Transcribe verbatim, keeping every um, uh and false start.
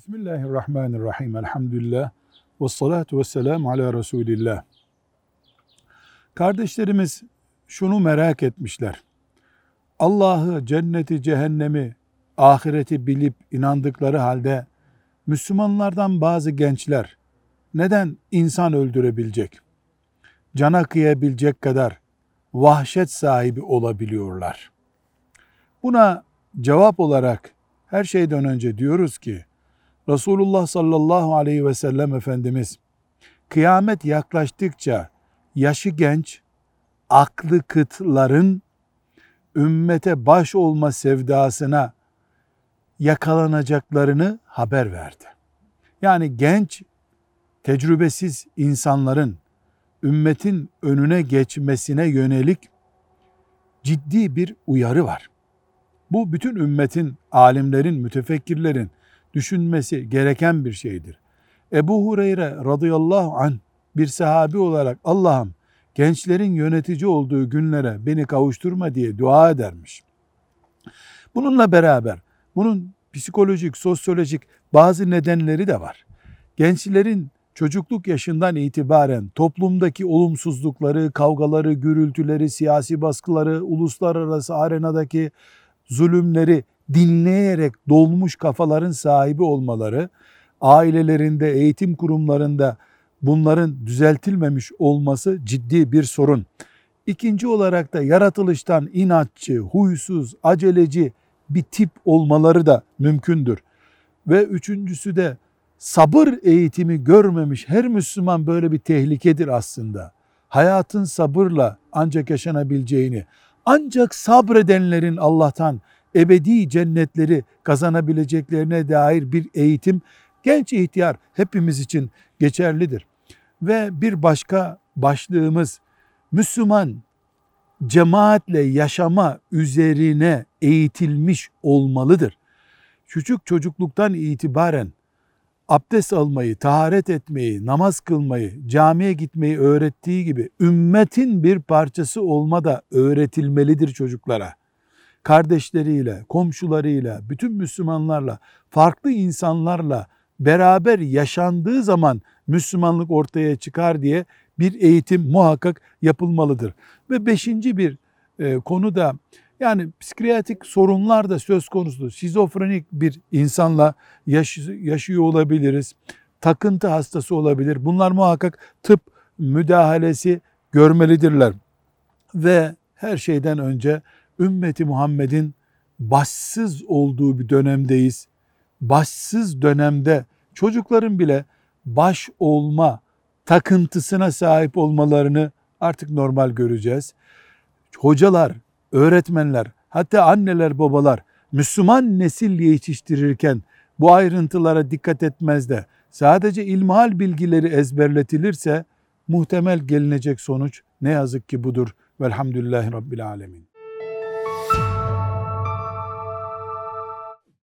Bismillahirrahmanirrahim. Elhamdülillah. Ve salatu ve selamu ala Resulillah. Kardeşlerimiz şunu merak etmişler. Allah'ı, cenneti, cehennemi, ahireti bilip inandıkları halde Müslümanlardan bazı gençler neden insan öldürebilecek, cana kıyabilecek kadar vahşet sahibi olabiliyorlar? Buna cevap olarak her şeyden önce diyoruz ki, Resulullah sallallahu aleyhi ve sellem Efendimiz kıyamet yaklaştıkça yaşı genç, aklı kıtların ümmete baş olma sevdasına yakalanacaklarını haber verdi. Yani genç, tecrübesiz insanların ümmetin önüne geçmesine yönelik ciddi bir uyarı var. Bu bütün ümmetin, alimlerin, mütefekkirlerin düşünmesi gereken bir şeydir. Ebu Hureyre radıyallahu anh bir sahabi olarak Allah'ım gençlerin yönetici olduğu günlere beni kavuşturma diye dua edermiş. Bununla beraber bunun psikolojik, sosyolojik bazı nedenleri de var. Gençlerin çocukluk yaşından itibaren toplumdaki olumsuzlukları, kavgaları, gürültüleri, siyasi baskıları, uluslararası arenadaki zulümleri dinleyerek dolmuş kafaların sahibi olmaları, ailelerinde, eğitim kurumlarında bunların düzeltilmemiş olması ciddi bir sorun. İkinci olarak da yaratılıştan inatçı, huysuz, aceleci bir tip olmaları da mümkündür. Ve üçüncüsü de sabır eğitimi görmemiş her Müslüman böyle bir tehlikedir aslında. Hayatın sabırla ancak yaşanabileceğini, ancak sabredenlerin Allah'tan ebedi cennetleri kazanabileceklerine dair bir eğitim genç ihtiyar hepimiz için geçerlidir. Ve bir başka başlığımız Müslüman cemaatle yaşama üzerine eğitilmiş olmalıdır. Küçük çocukluktan itibaren abdest almayı, taharet etmeyi, namaz kılmayı, camiye gitmeyi öğrettiği gibi ümmetin bir parçası olma da öğretilmelidir çocuklara. Kardeşleriyle, komşularıyla, bütün Müslümanlarla, farklı insanlarla beraber yaşandığı zaman Müslümanlık ortaya çıkar diye bir eğitim muhakkak yapılmalıdır. Ve beşinci bir e, konu da yani psikiyatrik sorunlar da söz konusu. Şizofrenik bir insanla yaş- yaşıyor olabiliriz. Takıntı hastası olabilir. Bunlar muhakkak tıp müdahalesi görmelidirler. Ve her şeyden önce ümmeti Muhammed'in başsız olduğu bir dönemdeyiz. Başsız dönemde çocukların bile baş olma takıntısına sahip olmalarını artık normal göreceğiz. Hocalar, öğretmenler, hatta anneler, babalar Müslüman nesil yetiştirirken bu ayrıntılara dikkat etmez de sadece ilmihal bilgileri ezberletilirse muhtemel gelinecek sonuç ne yazık ki budur. Velhamdülillahi Rabbil Alemin.